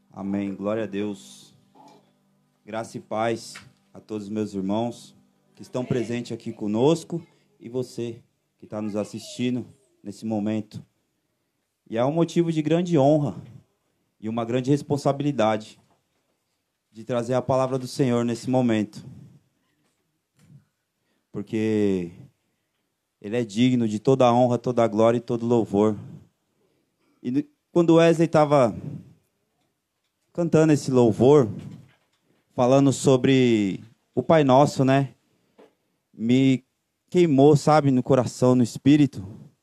Amém. Glória a Deus. Graça e paz a todos os meus irmãos que estão presentes aqui conosco e você que está nos assistindo nesse momento. E é um motivo de grande honra e uma grande responsabilidade de trazer a palavra do Senhor nesse momento. Porque Ele é digno de toda a honra, toda a glória e todo louvor. E quando Wesley estava cantando esse louvor, falando sobre o Pai Nosso, né? Me queimou, sabe, no coração, no espírito,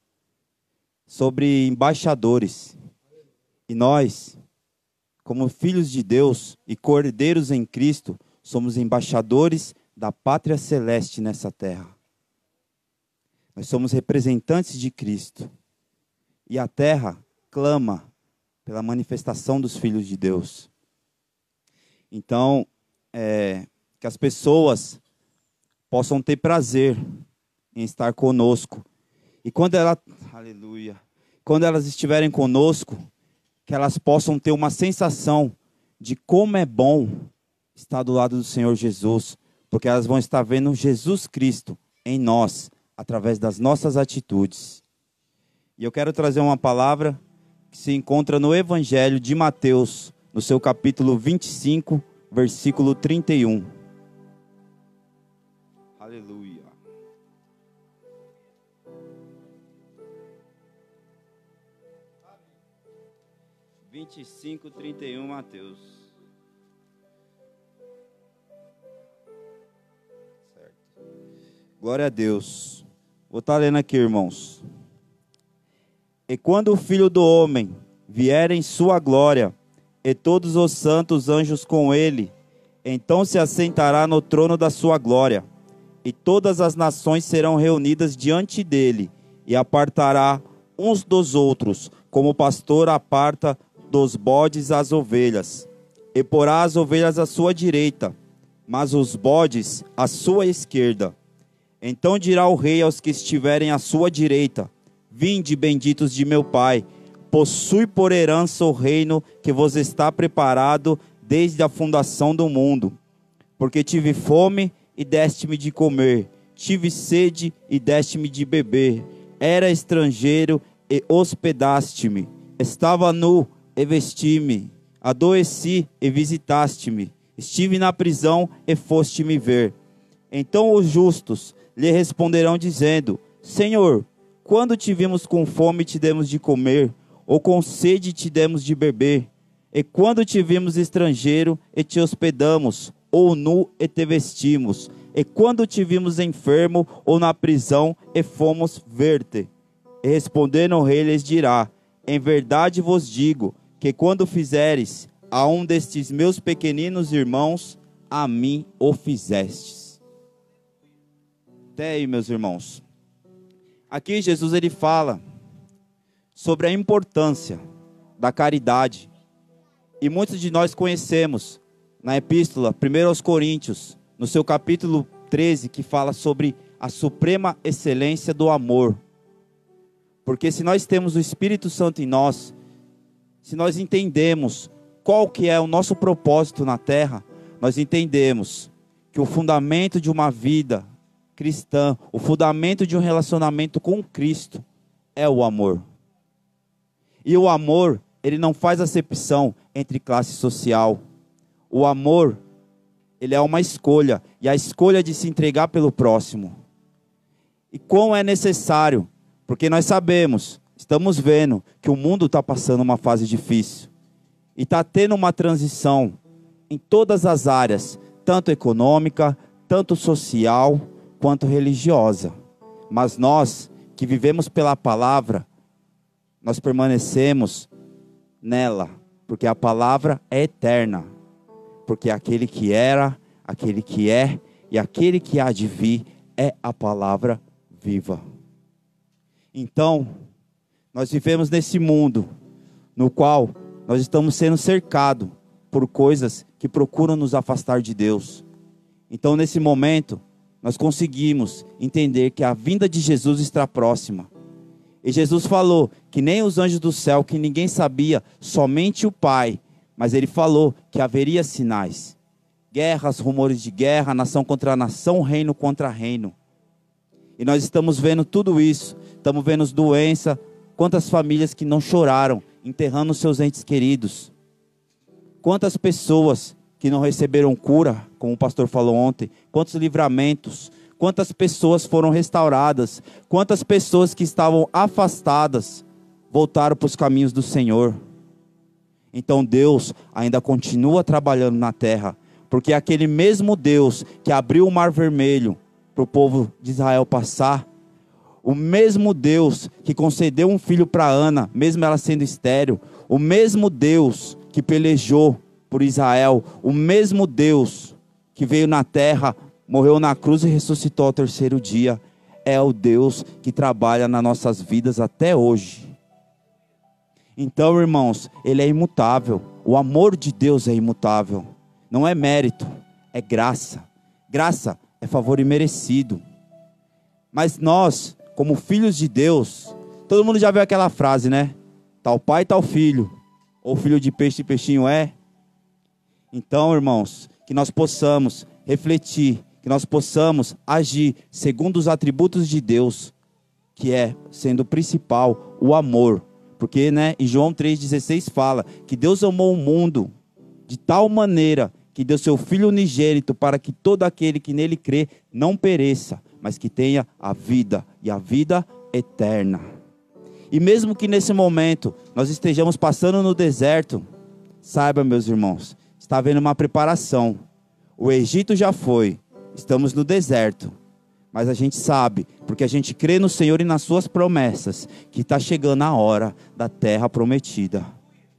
sobre embaixadores. E nós, como filhos de Deus e cordeiros em Cristo, somos embaixadores da pátria celeste nessa terra. Nós somos representantes de Cristo. E a terra clama pela manifestação dos filhos de Deus. Então, que as pessoas possam ter prazer em estar conosco. E quando elas estiverem conosco, que elas possam ter uma sensação de como é bom estar do lado do Senhor Jesus, porque elas vão estar vendo Jesus Cristo em nós, através das nossas atitudes. E eu quero trazer uma palavra que se encontra no Evangelho de Mateus, no seu capítulo 25, versículo 31. Aleluia. Vinte e cinco, 31, Mateus. Certo. Glória a Deus. Vou estar lendo aqui, irmãos. E quando o Filho do Homem vier em sua glória, e todos os santos anjos com ele, então se assentará no trono da sua glória, e todas as nações serão reunidas diante dele, e apartará uns dos outros, como o pastor aparta dos bodes as ovelhas, e porá as ovelhas à sua direita, mas os bodes à sua esquerda. Então dirá o rei aos que estiverem à sua direita: Vinde, benditos de meu Pai, possui por herança o reino que vos está preparado desde a fundação do mundo. Porque tive fome e deste-me de comer, tive sede e deste-me de beber, era estrangeiro e hospedaste-me, estava nu e vesti-me, adoeci e visitaste-me, estive na prisão e foste-me ver. Então os justos lhe responderão dizendo: Senhor, quando te vimos com fome te demos de comer, ou com sede te demos de beber? E quando te vimos estrangeiro e te hospedamos, ou nu e te vestimos? E quando te vimos enfermo ou na prisão e fomos ver-te? E respondendo o rei lhes dirá: Em verdade vos digo, que quando fizeres a um destes meus pequeninos irmãos, a mim o fizestes. Até aí, meus irmãos. Aqui Jesus ele fala sobre a importância da caridade. E muitos de nós conhecemos na epístola 1 aos Coríntios, no seu capítulo 13, que fala sobre a suprema excelência do amor. Porque se nós temos o Espírito Santo em nós, se nós entendemos qual que é o nosso propósito na terra, nós entendemos que o fundamento de uma vida cristã, o fundamento de um relacionamento com Cristo é o amor. E o amor, ele não faz acepção entre classe social. O amor, ele é uma escolha, e a escolha de se entregar pelo próximo. E como é necessário, porque nós sabemos, estamos vendo que o mundo está passando uma fase difícil. E está tendo uma transição em todas as áreas, tanto econômica, tanto social, quanto religiosa. Mas nós, que vivemos pela palavra, nós permanecemos nela, porque a palavra é eterna. Porque aquele que era, aquele que é e aquele que há de vir é a palavra viva. Então, nós vivemos nesse mundo no qual nós estamos sendo cercados por coisas que procuram nos afastar de Deus. Então, nesse momento, nós conseguimos entender que a vinda de Jesus está próxima. E Jesus falou que nem os anjos do céu, que ninguém sabia, somente o Pai, Mas ele falou que haveria sinais. Guerras, rumores de guerra, nação contra nação, reino contra reino. E nós estamos vendo tudo isso. Estamos vendo as doenças. Quantas famílias que não choraram, enterrando seus entes queridos. Quantas pessoas que não receberam cura, como o pastor falou ontem. Quantos livramentos. Quantas pessoas foram restauradas. Quantas pessoas que estavam afastadas voltaram para os caminhos do Senhor. Então Deus ainda continua trabalhando na terra. Porque aquele mesmo Deus que abriu o Mar Vermelho para o povo de Israel passar, o mesmo Deus que concedeu um filho para Ana, mesmo ela sendo estéril, o mesmo Deus que pelejou por Israel, o mesmo Deus que veio na terra, morreu na cruz e ressuscitou ao terceiro dia, é o Deus que trabalha nas nossas vidas até hoje. Então, irmãos, Ele é imutável, o amor de Deus é imutável, não é mérito, é graça. Graça é favor imerecido. Mas nós, como filhos de Deus, todo mundo já viu aquela frase, né? Tal pai, tal filho. Ou filho de peixe e peixinho é. Então, irmãos, que nós possamos refletir, que nós possamos agir segundo os atributos de Deus, que é, sendo o principal, o amor. Porque, né, em João 3,16 fala que Deus amou o mundo de tal maneira que deu seu Filho unigênito para que todo aquele que nele crê não pereça, mas que tenha a vida e a vida eterna. E mesmo que nesse momento nós estejamos passando no deserto, saiba, meus irmãos, está havendo uma preparação. O Egito já foi, estamos no deserto, mas a gente sabe, porque a gente crê no Senhor e nas suas promessas, que está chegando a hora da terra prometida.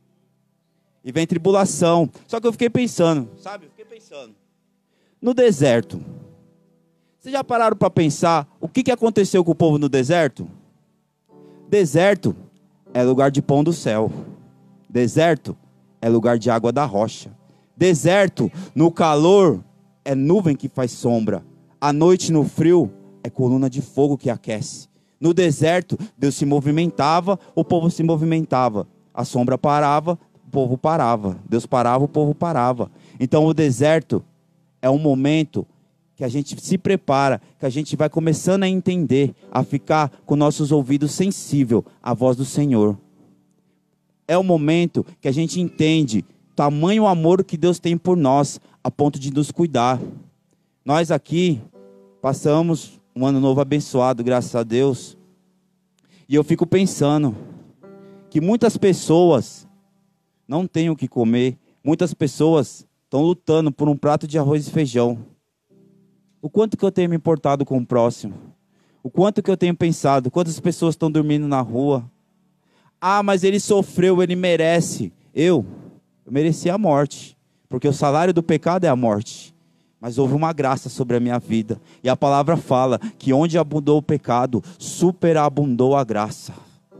E vem tribulação. Só que eu fiquei pensando, sabe? No deserto. Vocês já pararam para pensar o que aconteceu com o povo no deserto? Deserto é lugar de pão do céu. Deserto é lugar de água da rocha. Deserto, no calor, é nuvem que faz sombra. À noite, no frio, é coluna de fogo que aquece. No deserto, Deus se movimentava, o povo se movimentava. A sombra parava, o povo parava. Deus parava, o povo parava. Então o deserto é um momento que a gente se prepara, que a gente vai começando a entender, a ficar com nossos ouvidos sensíveis à voz do Senhor. É o momento que a gente entende tamanho amor que Deus tem por nós, a ponto de nos cuidar. Nós aqui passamos um ano novo abençoado, graças a Deus. E eu fico pensando que muitas pessoas não têm o que comer. Muitas pessoas estão lutando por um prato de arroz e feijão. O quanto que eu tenho me importado com o próximo? O quanto que eu tenho pensado? Quantas pessoas estão dormindo na rua? Ah, mas ele sofreu, ele merece. Eu mereci a morte, porque o salário do pecado é a morte. Mas houve uma graça sobre a minha vida. E a palavra fala que onde abundou o pecado, superabundou a graça.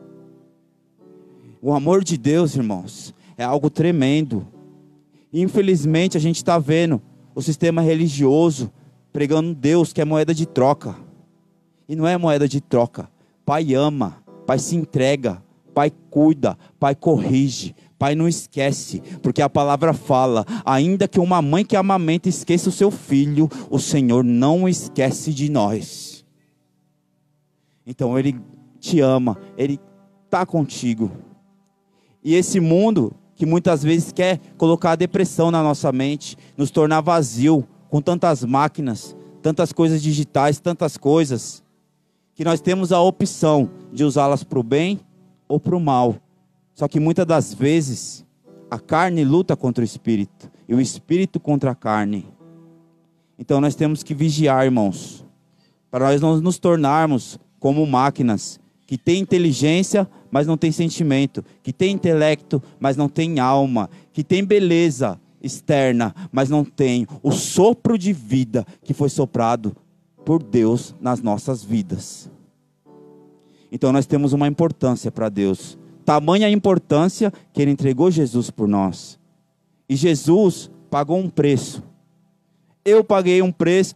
O amor de Deus, irmãos, é algo tremendo. Infelizmente a gente está vendo o sistema religioso pregando Deus que é moeda de troca. E não é moeda de troca. Pai ama, Pai se entrega, Pai cuida, Pai corrige, Pai não esquece. Porque a palavra fala, ainda que uma mãe que amamenta esqueça o seu filho, o Senhor não esquece de nós. Então Ele te ama, Ele está contigo. E esse mundo que muitas vezes quer colocar a depressão na nossa mente, nos tornar vazio, com tantas máquinas, tantas coisas digitais, tantas coisas, que nós temos a opção de usá-las para o bem ou para o mal. Só que muitas das vezes, a carne luta contra o espírito, e o espírito contra a carne. Então nós temos que vigiar, irmãos, para nós não nos tornarmos como máquinas, que tem inteligência, mas não tem sentimento, que tem intelecto, mas não tem alma, que tem beleza externa, mas não tem o sopro de vida que foi soprado por Deus nas nossas vidas. Então nós temos uma importância para Deus, tamanha importância que Ele entregou Jesus por nós. E Jesus pagou um preço. Eu paguei um preço,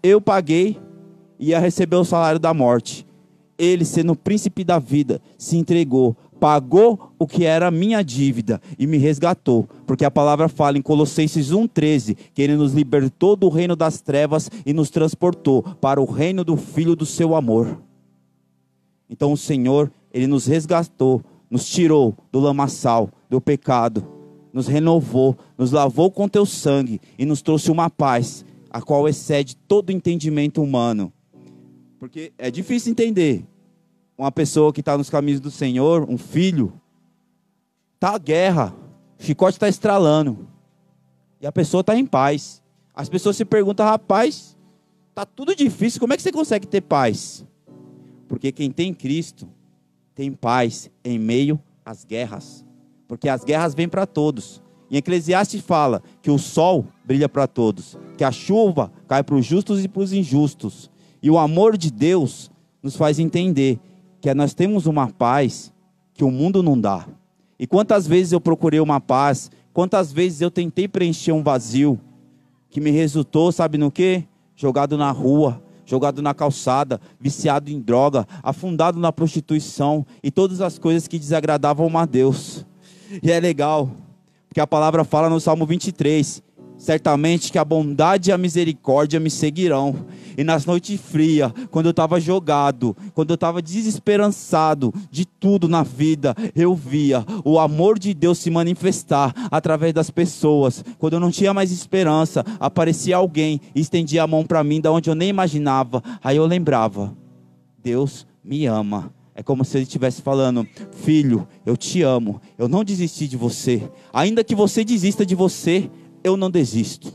e ia receber o salário da morte. Ele, sendo o príncipe da vida, se entregou pagou o que era a minha dívida e me resgatou. Porque a palavra fala em Colossenses 1,13, que Ele nos libertou do reino das trevas e nos transportou para o reino do Filho do seu amor. Então o Senhor, Ele nos resgatou, nos tirou do lamaçal, do pecado, nos renovou, nos lavou com teu sangue e nos trouxe uma paz, a qual excede todo entendimento humano. Porque é difícil entender uma pessoa que está nos caminhos do Senhor, um filho, está a guerra, o chicote está estralando, e a pessoa está em paz. As pessoas se perguntam, rapaz, está tudo difícil, como é que você consegue ter paz? Porque quem tem Cristo tem paz em meio às guerras. Porque as guerras vêm para todos. Em Eclesiastes fala que o sol brilha para todos, que a chuva cai para os justos e para os injustos. E o amor de Deus nos faz entender que nós temos uma paz que o mundo não dá. E quantas vezes eu procurei uma paz, quantas vezes eu tentei preencher um vazio, que me resultou, sabe no quê? Jogado na rua, jogado na calçada, viciado em droga, afundado na prostituição e todas as coisas que desagradavam a Deus. E é legal, porque a palavra fala no Salmo 23, certamente que a bondade e a misericórdia me seguirão. E nas noites frias, quando eu estava jogado, quando eu estava desesperançado de tudo na vida, eu via o amor de Deus se manifestar através das pessoas. Quando eu não tinha mais esperança, aparecia alguém e estendia a mão para mim, da onde eu nem imaginava. Aí eu lembrava, Deus me ama. É como se Ele estivesse falando, filho, eu te amo, eu não desisti de você. Ainda que você desista de você, eu não desisto.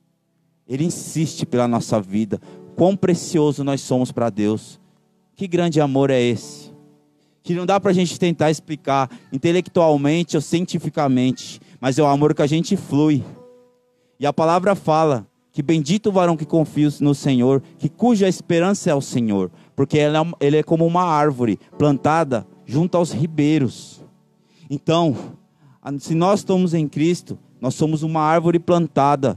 Ele insiste pela nossa vida. Quão precioso nós somos para Deus. Que grande amor é esse? Que não dá para a gente tentar explicar intelectualmente ou cientificamente, mas é o amor que a gente flui. E a palavra fala que bendito o varão que confia no Senhor, que cuja esperança é o Senhor, porque ele é como uma árvore plantada junto aos ribeiros. Então, se nós estamos em Cristo, nós somos uma árvore plantada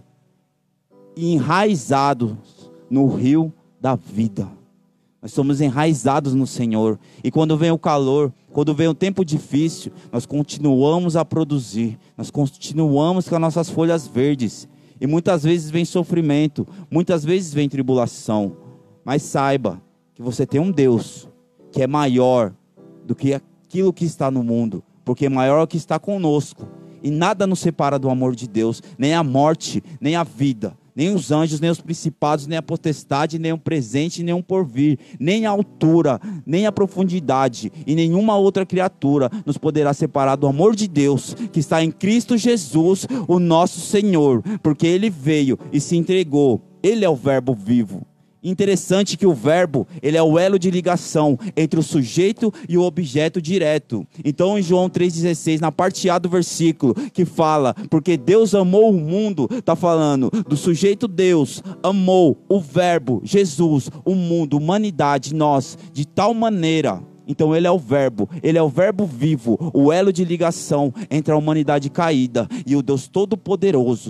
e enraizados no rio da vida. Nós somos enraizados no Senhor. E quando vem o calor, quando vem o tempo difícil, nós continuamos a produzir. Nós continuamos com as nossas folhas verdes. E muitas vezes vem sofrimento, muitas vezes vem tribulação. Mas saiba que você tem um Deus que é maior do que aquilo que está no mundo. Porque maior é o que está conosco. E nada nos separa do amor de Deus. Nem a morte, nem a vida. Nem os anjos, nem os principados, nem a potestade, nem o presente, nem o porvir, nem a altura, nem a profundidade, e nenhuma outra criatura nos poderá separar do amor de Deus, que está em Cristo Jesus, o nosso Senhor, porque Ele veio e se entregou. Ele é o verbo vivo. Interessante que o verbo, ele é o elo de ligação entre o sujeito e o objeto direto. Então em João 3,16, na parte A do versículo, que fala, porque Deus amou o mundo, está falando do sujeito Deus, amou o verbo, Jesus, o mundo, humanidade, nós, de tal maneira. Então ele é o verbo vivo, o elo de ligação entre a humanidade caída e o Deus Todo-Poderoso.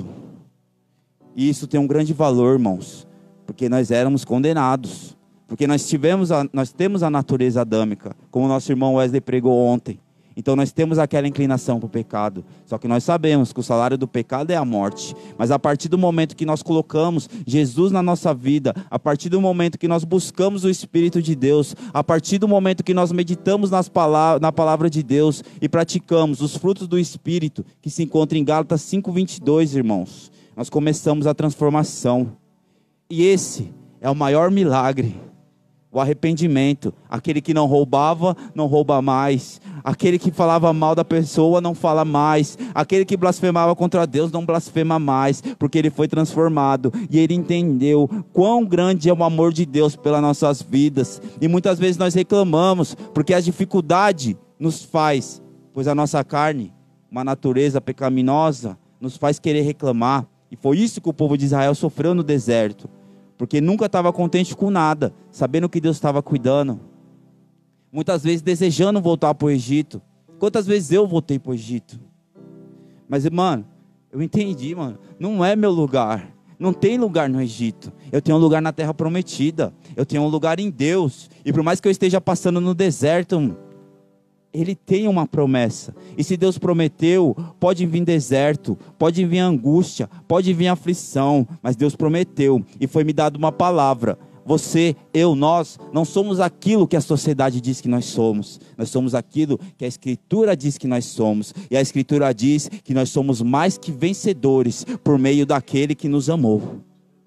E isso tem um grande valor, irmãos. Porque nós éramos condenados. Porque nós temos a natureza adâmica, como o nosso irmão Wesley pregou ontem. Então nós temos aquela inclinação para o pecado. Só que nós sabemos que o salário do pecado é a morte. Mas a partir do momento que nós colocamos Jesus na nossa vida, a partir do momento que nós buscamos o Espírito de Deus, a partir do momento que nós meditamos na palavra de Deus e praticamos os frutos do Espírito, que se encontra em Gálatas 5:22, irmãos, nós começamos a transformação. E esse é o maior milagre, o arrependimento. Aquele que não roubava, não rouba mais. Aquele que falava mal da pessoa, não fala mais. Aquele que blasfemava contra Deus, não blasfema mais, porque ele foi transformado. E ele entendeu quão grande é o amor de Deus pelas nossas vidas. E muitas vezes nós reclamamos, porque a dificuldade nos faz, pois a nossa carne, uma natureza pecaminosa, nos faz querer reclamar. E foi isso que o povo de Israel sofreu no deserto. Porque nunca estava contente com nada, sabendo que Deus estava cuidando. Muitas vezes desejando voltar para o Egito. Quantas vezes eu voltei para o Egito? Mas, mano, eu entendi, mano. Não é meu lugar. Não tem lugar no Egito. Eu tenho um lugar na terra prometida. Eu tenho um lugar em Deus. E por mais que eu esteja passando no deserto, Ele tem uma promessa. E se Deus prometeu, pode vir deserto, pode vir angústia, pode vir aflição, mas Deus prometeu e foi me dado uma palavra. Você, eu, nós, não somos aquilo que a sociedade diz que nós somos. Nós somos aquilo que a Escritura diz que nós somos. E a Escritura diz que nós somos mais que vencedores por meio daquele que nos amou.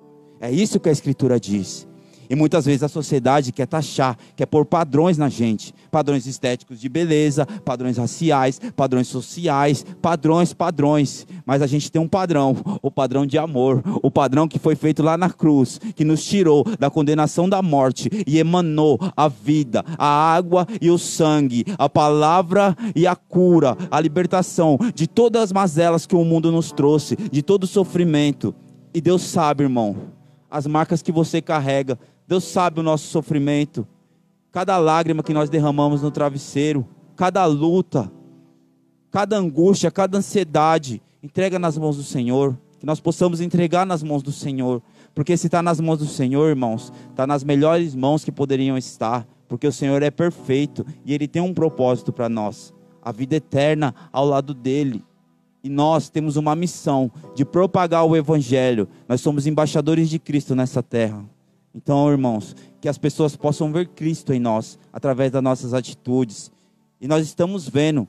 É isso que a Escritura diz. E muitas vezes a sociedade quer taxar, quer pôr padrões na gente. Padrões estéticos de beleza, padrões raciais, padrões sociais, padrões. Mas a gente tem um padrão, o padrão de amor. O padrão que foi feito lá na cruz, que nos tirou da condenação da morte e emanou a vida, a água e o sangue, a palavra e a cura, a libertação de todas as mazelas que o mundo nos trouxe, de todo o sofrimento. E Deus sabe, irmão, as marcas que você carrega. Deus sabe o nosso sofrimento, cada lágrima que nós derramamos no travesseiro, cada luta, cada angústia, cada ansiedade, entrega nas mãos do Senhor, que nós possamos entregar nas mãos do Senhor, porque se está nas mãos do Senhor, irmãos, está nas melhores mãos que poderiam estar, porque o Senhor é perfeito e Ele tem um propósito para nós, a vida eterna ao lado dEle. E nós temos uma missão de propagar o Evangelho, nós somos embaixadores de Cristo nessa terra. Então, irmãos, que as pessoas possam ver Cristo em nós, através das nossas atitudes. E nós estamos vendo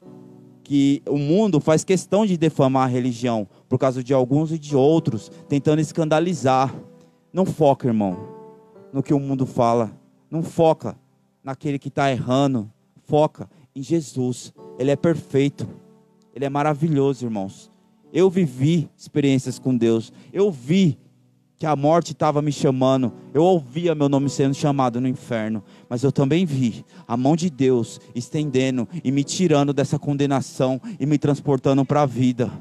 que o mundo faz questão de defamar a religião, por causa de alguns e de outros, tentando escandalizar. Não foca, irmão, no que o mundo fala. Não foca naquele que está errando. Foca em Jesus. Ele é perfeito. Ele é maravilhoso, irmãos. Eu vivi experiências com Deus. Eu vi que a morte estava me chamando, eu ouvia meu nome sendo chamado no inferno, mas eu também vi a mão de Deus estendendo e me tirando dessa condenação e me transportando para a vida.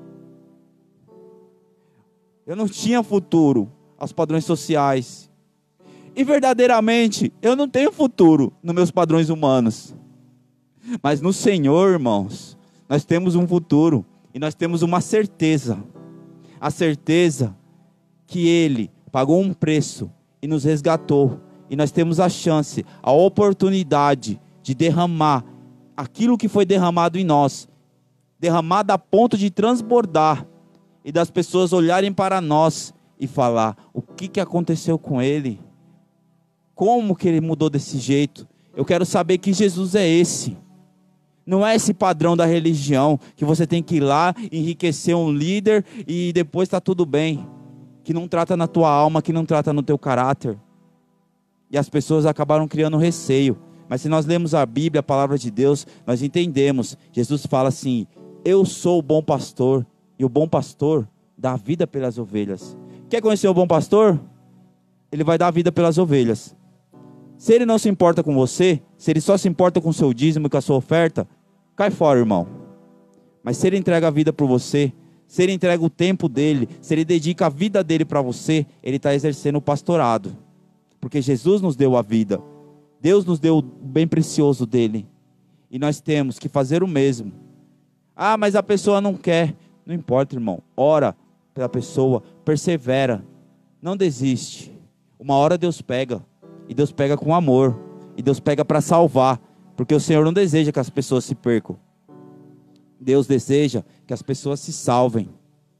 Eu não tinha futuro aos padrões sociais, e verdadeiramente eu não tenho futuro nos meus padrões humanos, mas no Senhor, irmãos, nós temos um futuro e nós temos uma certeza, a certeza que Ele pagou um preço e nos resgatou. E nós temos a chance, a oportunidade de derramar aquilo que foi derramado em nós. Derramado a ponto de transbordar. E das pessoas olharem para nós e falar, o que aconteceu com ele? Como que ele mudou desse jeito? Eu quero saber que Jesus é esse. Não é esse padrão da religião, que você tem que ir lá, enriquecer um líder e depois está tudo bem. Que não trata na tua alma, que não trata no teu caráter. E as pessoas acabaram criando receio. Mas se nós lemos a Bíblia, a palavra de Deus, nós entendemos. Jesus fala assim, eu sou o bom pastor, e o bom pastor dá a vida pelas ovelhas. Quer conhecer o bom pastor? Ele vai dar a vida pelas ovelhas. Se ele não se importa com você, se ele só se importa com o seu dízimo e com a sua oferta, cai fora, irmão. Mas se ele entrega a vida por você, se ele entrega o tempo dele, se ele dedica a vida dele para você, ele está exercendo o pastorado. Porque Jesus nos deu a vida. Deus nos deu o bem precioso dele. E nós temos que fazer o mesmo. Ah, mas a pessoa não quer. Não importa, irmão. Ora pela pessoa, persevera. Não desiste. Uma hora Deus pega. E Deus pega com amor. E Deus pega para salvar. Porque o Senhor não deseja que as pessoas se percam. Deus deseja que as pessoas se salvem.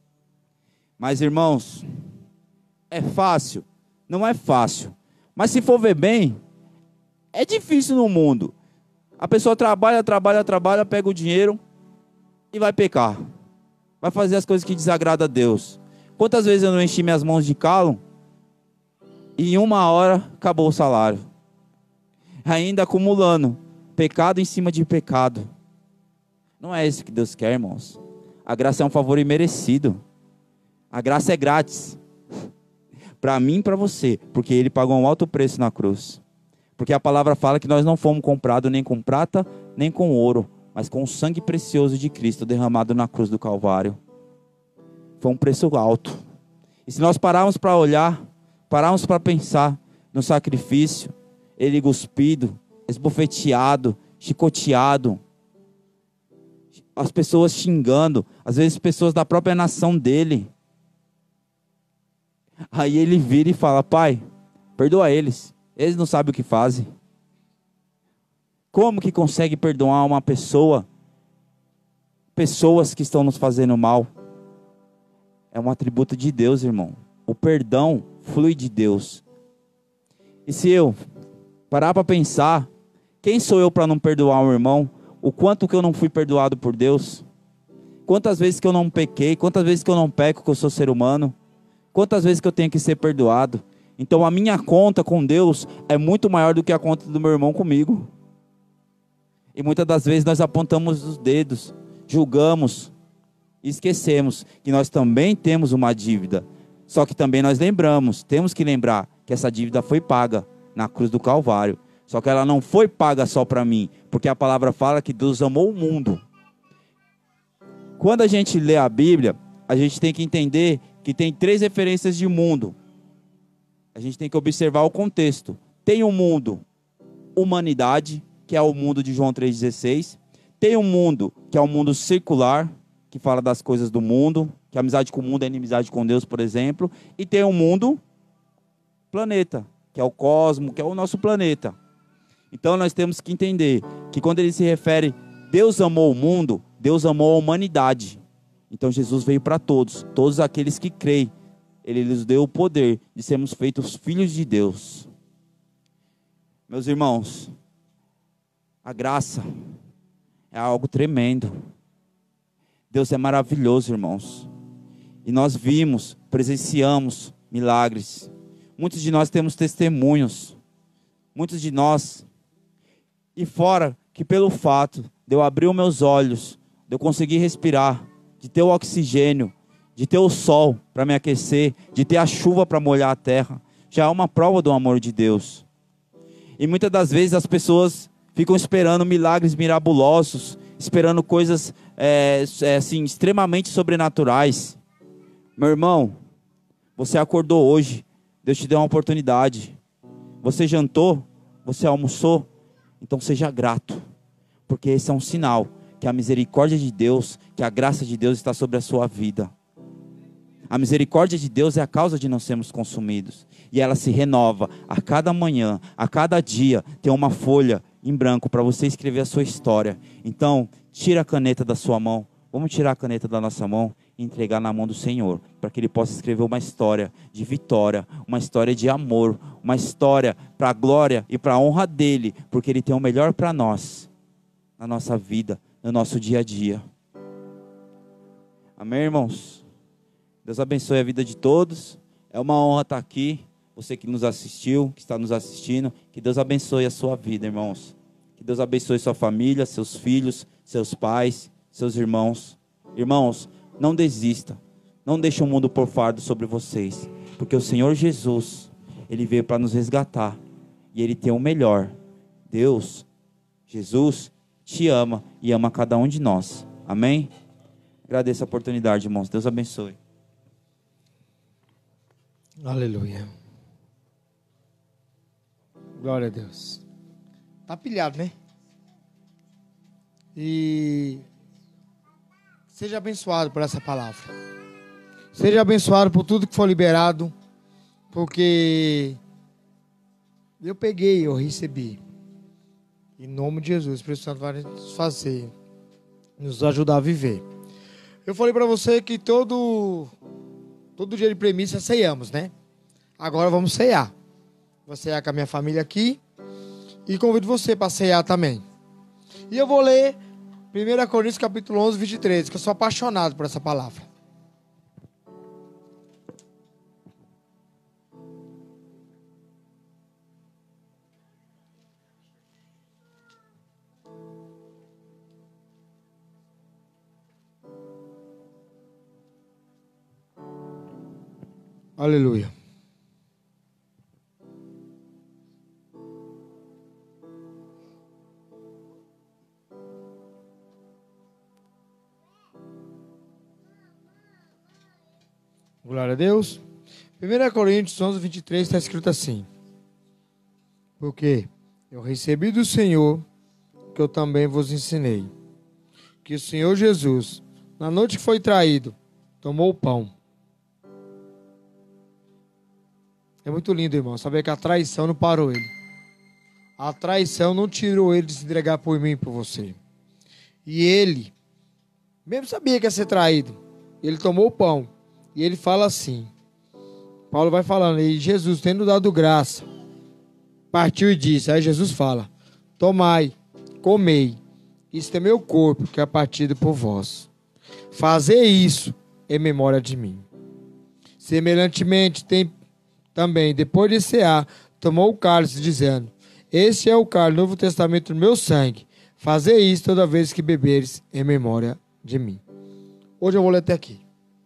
Mas, irmãos, é fácil? Não é fácil. Mas se for ver bem, é difícil no mundo. A pessoa trabalha, pega o dinheiro e vai pecar. Vai fazer as coisas que desagradam a Deus. Quantas vezes eu não enchi minhas mãos de calo e em 1 hora acabou o salário. Ainda acumulando pecado em cima de pecado. Não é isso que Deus quer, irmãos. A graça é um favor imerecido. A graça é grátis. Para mim e para você. Porque Ele pagou um alto preço na cruz. Porque a palavra fala que nós não fomos comprados nem com prata, nem com ouro. Mas com o sangue precioso de Cristo derramado na cruz do Calvário. Foi um preço alto. E se nós pararmos para olhar, pararmos para pensar no sacrifício, Ele cuspido, esbofeteado, chicoteado, as pessoas xingando, às vezes pessoas da própria nação dele. Aí ele vira e fala, Pai, perdoa eles, eles não sabem o que fazem. Como que consegue perdoar uma pessoa? Pessoas que estão nos fazendo mal. É um atributo de Deus, irmão. O perdão flui de Deus. E se eu parar para pensar, quem sou eu para não perdoar um irmão? O quanto que eu não fui perdoado por Deus? Quantas vezes que eu não pequei? Quantas vezes que eu não peco, que eu sou ser humano? Quantas vezes que eu tenho que ser perdoado? Então a minha conta com Deus é muito maior do que a conta do meu irmão comigo. E muitas das vezes nós apontamos os dedos, julgamos e esquecemos que nós também temos uma dívida. Só que também nós temos que lembrar que essa dívida foi paga na cruz do Calvário. Só que ela não foi paga só para mim, porque a palavra fala que Deus amou o mundo. Quando a gente lê a Bíblia, a gente tem que entender que tem 3 referências de mundo. A gente tem que observar o contexto. Tem um mundo, humanidade, que é o mundo de João 3,16. Tem um mundo, que é o mundo circular, que fala das coisas do mundo, que a amizade com o mundo é inimizade com Deus, por exemplo. E tem um mundo planeta, que é o cosmo, que é o nosso planeta. Então nós temos que entender que quando ele se refere, Deus amou o mundo, Deus amou a humanidade. Então Jesus veio para todos aqueles que creem. Ele lhes deu o poder de sermos feitos filhos de Deus. Meus irmãos, a graça é algo tremendo. Deus é maravilhoso, irmãos. E nós vimos, presenciamos milagres. Muitos de nós temos testemunhos. Muitos de nós. E fora que pelo fato de eu abrir os meus olhos, de eu conseguir respirar, de ter o oxigênio, de ter o sol para me aquecer, de ter a chuva para molhar a terra, já é uma prova do amor de Deus. E muitas das vezes as pessoas ficam esperando milagres mirabulosos, esperando coisas assim, extremamente sobrenaturais. Meu irmão, você acordou hoje, Deus te deu uma oportunidade. Você jantou, você almoçou, então seja grato, porque esse é um sinal que a misericórdia de Deus, que a graça de Deus está sobre a sua vida. A misericórdia de Deus é a causa de não sermos consumidos. E ela se renova a cada manhã, a cada dia. Tem uma folha em branco para você escrever a sua história. Então, tira a caneta da sua mão. Vamos tirar a caneta da nossa mão e entregar na mão do Senhor, para que Ele possa escrever uma história de vitória, uma história de amor, uma história para a glória e para a honra dEle, porque Ele tem o melhor para nós, na nossa vida, no nosso dia a dia. Amém, irmãos? Deus abençoe a vida de todos. É uma honra estar aqui. Você que nos assistiu, que está nos assistindo, que Deus abençoe a sua vida, irmãos. Que Deus abençoe sua família, seus filhos, seus pais, seus irmãos. Irmãos, não desista. Não deixe o mundo pôr fardo sobre vocês. Porque o Senhor Jesus, Ele veio para nos resgatar. E Ele tem o melhor. Deus, Jesus, te ama e ama cada um de nós. Amém? Agradeço a oportunidade, irmãos. Deus abençoe. Aleluia. Glória a Deus. Tá pilhado, né? E seja abençoado por essa palavra. Seja abençoado por tudo que foi liberado, porque eu peguei, eu recebi. Em nome de Jesus, o Espírito Santo vai nos fazer, nos ajudar a viver. Eu falei para você que todo dia de premissa ceiamos, né? Agora vamos ceiar. Vou ceiar com a minha família aqui e convido você para ceiar também. E eu vou ler 1 Coríntios capítulo 11, 23, que eu sou apaixonado por essa palavra. Aleluia. Glória a Deus. 1 Coríntios 11, 23 está escrito assim: porque eu recebi do Senhor que eu também vos ensinei, que o Senhor Jesus, na noite que foi traído, tomou o pão. É muito lindo, irmão, saber que a traição não parou ele. A traição não tirou ele de se entregar por mim e por você. E ele, mesmo sabia que ia ser traído, ele tomou o pão. E ele fala assim, Paulo vai falando, e Jesus, tendo dado graça, partiu e disse, aí Jesus fala, tomai, comei, isto é meu corpo, que é partido por vós. Fazei isso em memória de mim. Semelhantemente, tem também, depois de cear, tomou o cálice, dizendo, este é o cálice do Novo Testamento do meu sangue. Fazei isso toda vez que beberes em memória de mim. Hoje eu vou ler até aqui.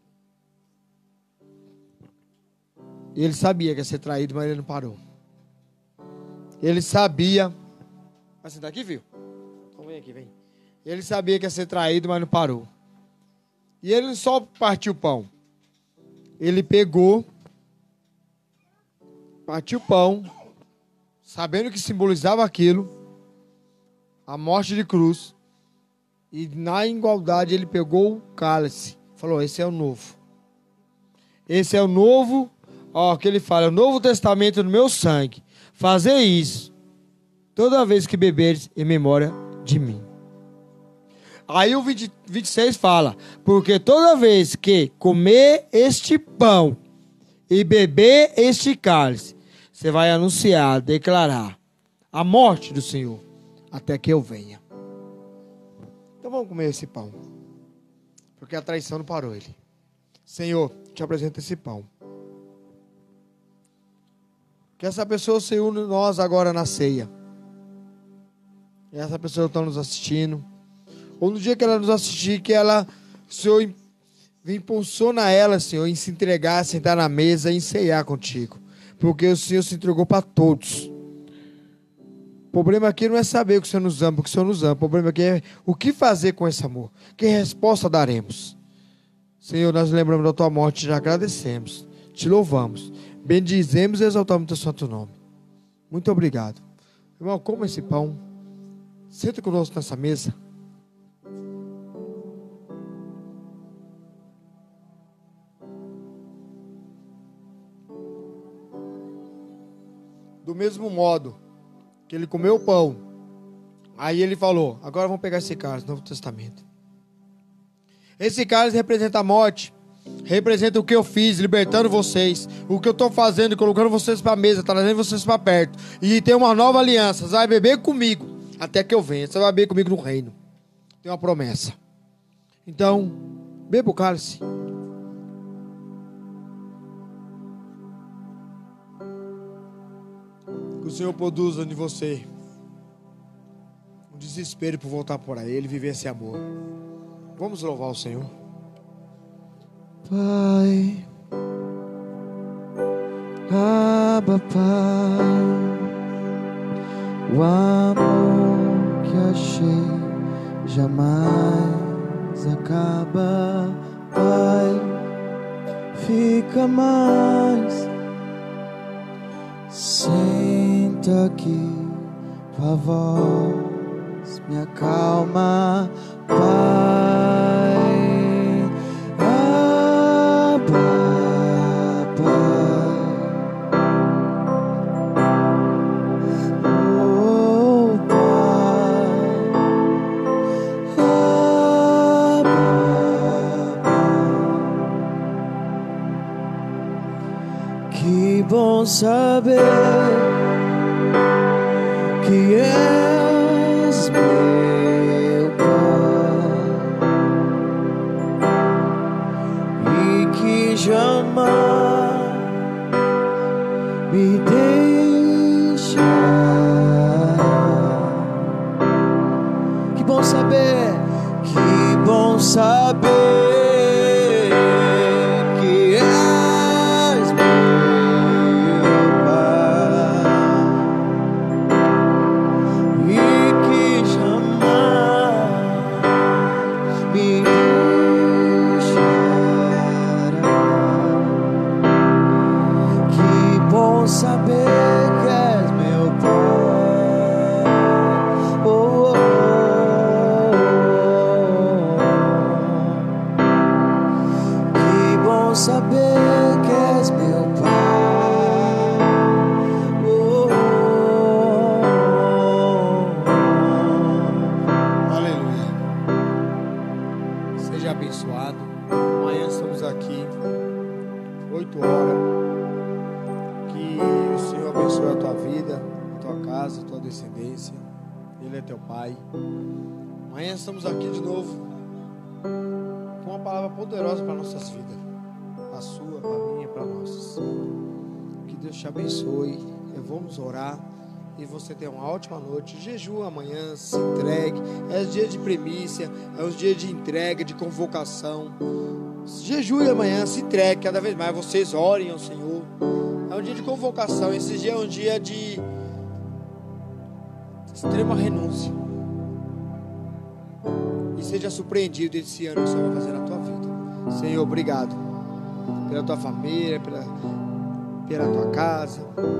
Ele sabia que ia ser traído, mas ele não parou. Ele sabia... Vai sentar aqui, filho? Então vem aqui, vem. Ele sabia que ia ser traído, mas não parou. E ele não só partiu o pão. Ele pegou, partiu o pão, sabendo que simbolizava aquilo, a morte de cruz, e na igualdade ele pegou o cálice, falou, esse é o novo. Esse é o novo, ó, que ele fala, o Novo Testamento no meu sangue. Fazer isso, toda vez que beberes em memória de mim. Aí o 26 fala, porque toda vez que comer este pão e beber este cálice, você vai anunciar, declarar a morte do Senhor, até que eu venha. Então vamos comer esse pão, porque a traição não parou ele. Senhor, te apresento esse pão. Que essa pessoa se une a nós agora na ceia. E essa pessoa está nos assistindo. Ou no dia que ela nos assistir, que ela, Senhor, impulsiona ela, Senhor, em se entregar, sentar na mesa e ceiar contigo. Porque o Senhor se entregou para todos. O problema aqui não é saber que o Senhor nos ama, porque o Senhor nos ama. O problema aqui é o que fazer com esse amor. Que resposta daremos? Senhor, nós lembramos da tua morte e te agradecemos. Te louvamos. Bendizemos e exaltamos o teu santo nome. Muito obrigado. Irmão, coma esse pão. Senta conosco nessa mesa. Do mesmo modo que ele comeu o pão, aí ele falou, agora vamos pegar esse cálice, Novo Testamento. Esse cálice representa a morte, representa o que eu fiz, libertando vocês, o que eu estou fazendo, colocando vocês para a mesa, trazendo vocês para perto, e tem uma nova aliança, você vai beber comigo, até que eu venha, você vai beber comigo no reino, tem uma promessa. Então, beba o cálice. Que o Senhor produza em você um desespero por voltar por aí, Ele viver esse amor. Vamos louvar o Senhor. Pai, Abba, Pai, o amor que achei jamais acaba, Pai, fica mais. Senta aqui, tua voz me acalma, Pai. Abba, Pai. Oh, Pai. Abba, Pai. Que bom saber que és meu Pai e que jamais me deixará. Que bom saber, que bom saber que és meu Pai e que jamais me deixará. Que bom saber que és meu Pai. Oh, oh, oh. Que bom saber que és meu Pai. Oh, oh, oh. aqui, 8 horas. Que o Senhor abençoe a tua vida, a tua casa, a tua descendência. Ele é teu Pai. Amanhã estamos aqui de novo com uma palavra poderosa para nossas vidas. Para a sua, para a minha, para nossas. Que Deus te abençoe. Vamos orar. E você tenha uma ótima noite. Jejua amanhã, se entregue. É um dia de primícia, é um dia de entrega, de convocação. Jejue amanhã, se entregue cada vez mais. Vocês orem ao Senhor. É um dia de convocação. Esse dia é um dia de extrema renúncia. E seja surpreendido esse ano que o Senhor vai fazer na tua vida. Senhor, obrigado pela tua família, pela tua casa.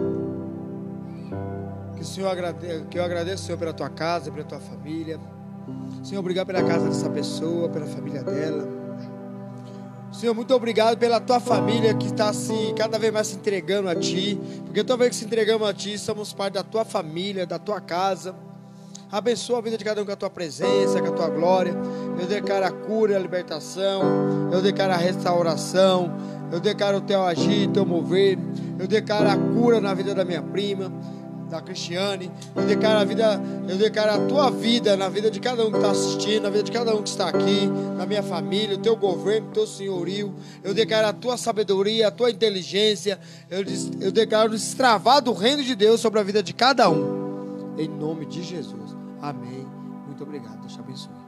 Que eu agradeço, Senhor, pela tua casa, pela tua família. Senhor, obrigado pela casa dessa pessoa, pela família dela. Senhor, muito obrigado pela tua família que está cada vez mais se entregando a Ti. Porque toda vez que se entregamos a Ti, somos parte da tua família, da tua casa. Abençoa a vida de cada um com a tua presença, com a tua glória. Eu declaro a cura, a libertação. Eu declaro a restauração. Eu declaro o teu agir, o teu mover. Eu declaro a cura na vida da minha prima, da Cristiane. Eu declaro a tua vida na vida de cada um que está assistindo, na vida de cada um que está aqui, na minha família, o teu governo, o teu senhorio. Eu declaro a tua sabedoria, a tua inteligência. Eu declaro o destravar do reino de Deus sobre a vida de cada um, em nome de Jesus, amém. Muito obrigado, Deus te abençoe.